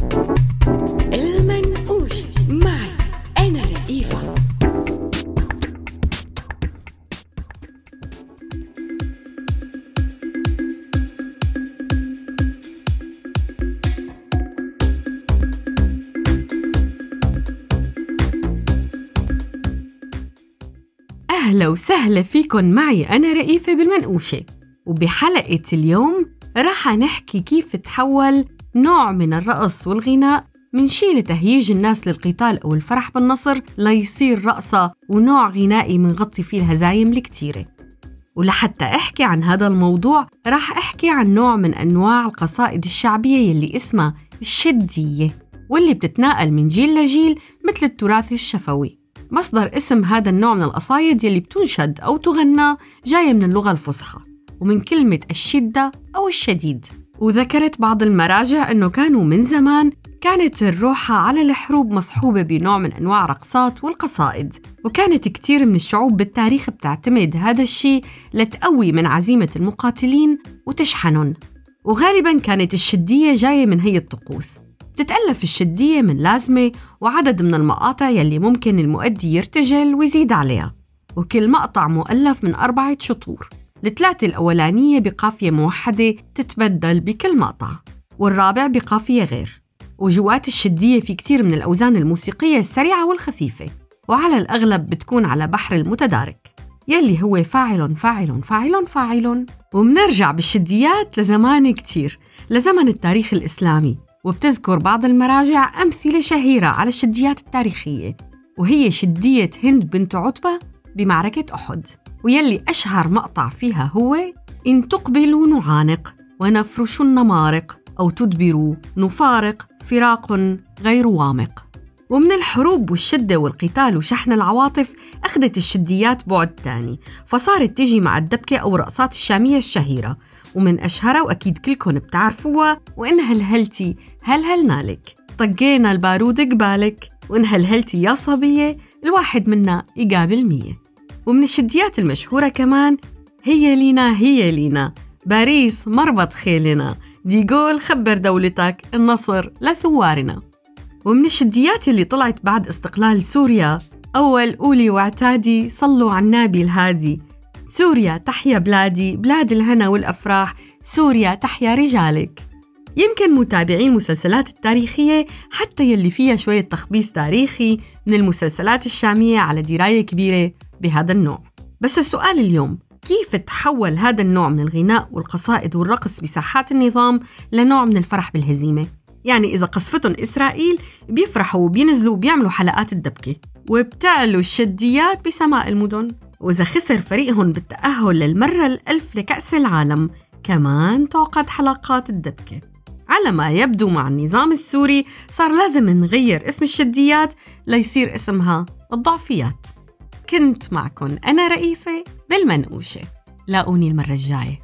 المنقوش معي أنا رئيفة. أهلا وسهلا فيكن معي أنا رئيفة بالمنقوشة. وبحلقة اليوم راح نحكي كيف تحول نوع من الرقص والغناء من شي لتهييج الناس للقتال أو الفرح بالنصر ليصير رقصة ونوع غنائي منغطي فيه الهزايم الكتيرة. ولحتى أحكي عن هذا الموضوع راح أحكي عن نوع من أنواع القصائد الشعبية يلي اسمها الشدية، واللي بتتناقل من جيل لجيل مثل التراث الشفوي. مصدر اسم هذا النوع من القصايد يلي بتنشد أو تغنى جاية من اللغة الفصحى ومن كلمة الشدة أو الشديد. وذكرت بعض المراجع أنه كانوا من زمان كانت الروحة على الحروب مصحوبة بنوع من أنواع رقصات والقصائد، وكانت كتير من الشعوب بالتاريخ بتعتمد هذا الشيء لتقوي من عزيمة المقاتلين وتشحنهم. وغالباً كانت الشدية جاية من هي الطقوس. تتألف الشدية من لازمة وعدد من المقاطع يلي ممكن المؤدي يرتجل ويزيد عليها، وكل مقطع مؤلف من 4 شطور، الثلاثة الأولانية بقافية موحدة تتبدل بكل مقطع، والرابع بقافية غير. وجوات الشدية في كتير من الأوزان الموسيقية السريعة والخفيفة، وعلى الأغلب بتكون على بحر المتدارك يلي هو فاعل فاعل فاعل فاعل. ومنرجع بالشديات لزمان كتير، لزمن التاريخ الإسلامي، وبتذكر بعض المراجع أمثلة شهيرة على الشديات التاريخية، وهي شدية هند بنت عتبة بمعركة أحد، ويلي أشهر مقطع فيها هو إن تقبلوا نعانق ونفرش النمارق أو تدبروا نفارق فراق غير وامق. ومن الحروب والشدة والقتال وشحن العواطف أخذت الشديات بعد تاني، فصارت تجي مع الدبكة أو رقصات الشامية الشهيرة، ومن أشهرها وأكيد كلكم بتعرفوها وإن هلهلتي هلهلنالك، طقينا البارود قبالك، وإن هلهلتي يا صبية الواحد منا يقابل 100. ومن الشديات المشهورة كمان هي لينا باريس مربط خيلنا، ديغول خبر دولتك النصر لثوارنا. ومن الشديات اللي طلعت بعد استقلال سوريا أول قولي واعتادي صلوا على النبي الهادي، سوريا تحيا بلادي بلاد الهنا والأفراح، سوريا تحيا رجالك. يمكن متابعين المسلسلات التاريخية حتى يلي فيها شوية تخبيص تاريخي من المسلسلات الشامية على دراية كبيرة بهذا النوع. بس السؤال اليوم، كيف تحول هذا النوع من الغناء والقصائد والرقص بساحات النظام لنوع من الفرح بالهزيمة؟ يعني إذا قصفتهم إسرائيل بيفرحوا وبينزلوا وبيعملوا حلقات الدبكة، وبتعلو الشديات بسماء المدن. وإذا خسر فريقهم بالتأهل للمرة الألف لكأس العالم كمان تعقد حلقات الدبكة. على ما يبدو مع النظام السوري صار لازم نغير اسم الشديات ليصير اسمها الضعفيات. كنت معكن أنا رئيفة بالمنقوشة، لاقوني المرة الجاية.